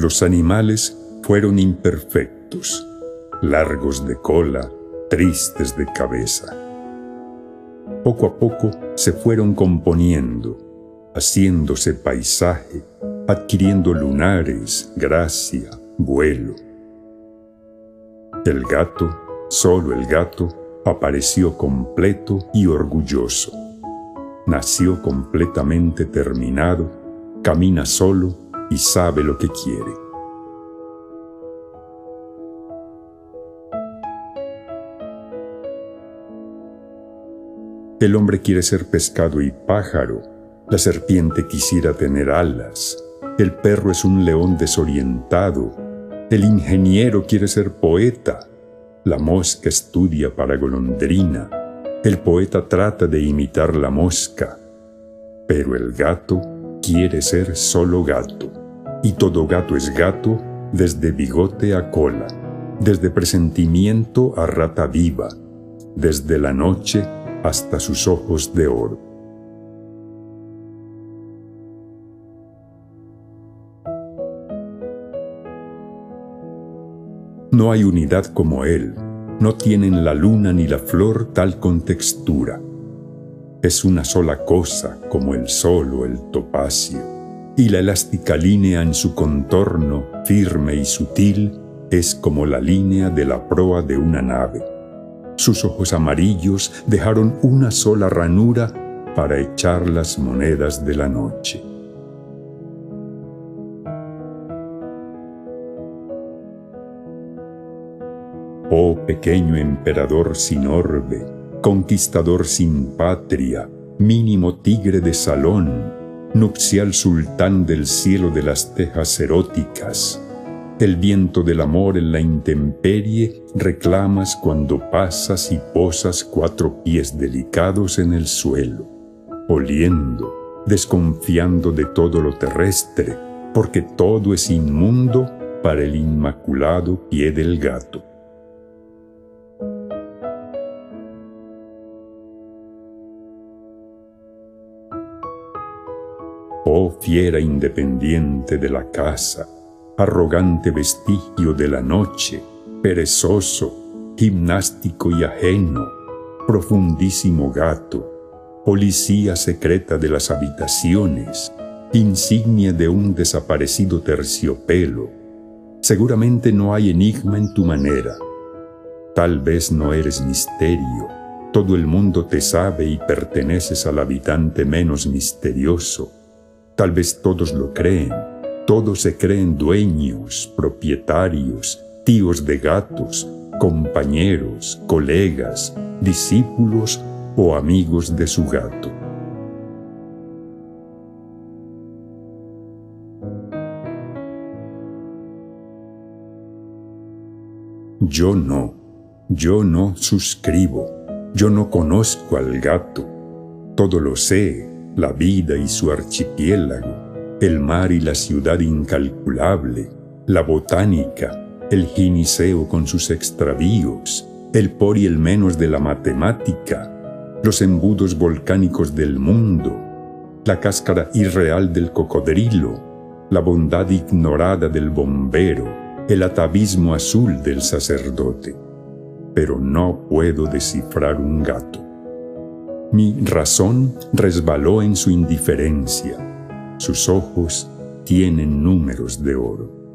Los animales fueron imperfectos, largos de cola, tristes de cabeza. Poco a poco se fueron componiendo, haciéndose paisaje, adquiriendo lunares, gracia, vuelo. El gato, solo el gato, apareció completo y orgulloso. Nació completamente terminado, camina solo y sabe lo que quiere. El hombre quiere ser pescado y pájaro, la serpiente quisiera tener alas, el perro es un león desorientado, el ingeniero quiere ser poeta, la mosca estudia para golondrina, el poeta trata de imitar la mosca, pero el gato quiere ser solo gato, y todo gato es gato desde bigote a cola, desde presentimiento a rata viva, desde la noche hasta sus ojos de oro. No hay unidad como él, no tienen la luna ni la flor tal contextura. Es una sola cosa como el sol o el topacio, y la elástica línea en su contorno, firme y sutil, es como la línea de la proa de una nave. Sus ojos amarillos dejaron una sola ranura para echar las monedas de la noche. Oh pequeño emperador sin orbe, conquistador sin patria, mínimo tigre de salón, nupcial sultán del cielo de las tejas eróticas, el viento del amor en la intemperie reclamas cuando pasas y posas 4 pies delicados en el suelo, oliendo, desconfiando de todo lo terrestre, porque todo es inmundo para el inmaculado pie del gato. Oh fiera independiente de la casa, arrogante vestigio de la noche, perezoso, gimnástico y ajeno, profundísimo gato, policía secreta de las habitaciones, insignia de un desaparecido terciopelo. Seguramente no hay enigma en tu manera. Tal vez no eres misterio. Todo el mundo te sabe y perteneces al habitante menos misterioso. Tal vez todos lo creen, todos se creen dueños, propietarios, tíos de gatos, compañeros, colegas, discípulos o amigos de su gato. Yo no suscribo, yo no conozco al gato, todo lo sé, la vida y su archipiélago, el mar y la ciudad incalculable, la botánica, el gineceo con sus extravíos, el por y el menos de la matemática, los embudos volcánicos del mundo, la cáscara irreal del cocodrilo, la bondad ignorada del bombero, el atavismo azul del sacerdote. Pero no puedo descifrar un gato. Mi razón resbaló en su indiferencia. Sus ojos tienen números de oro.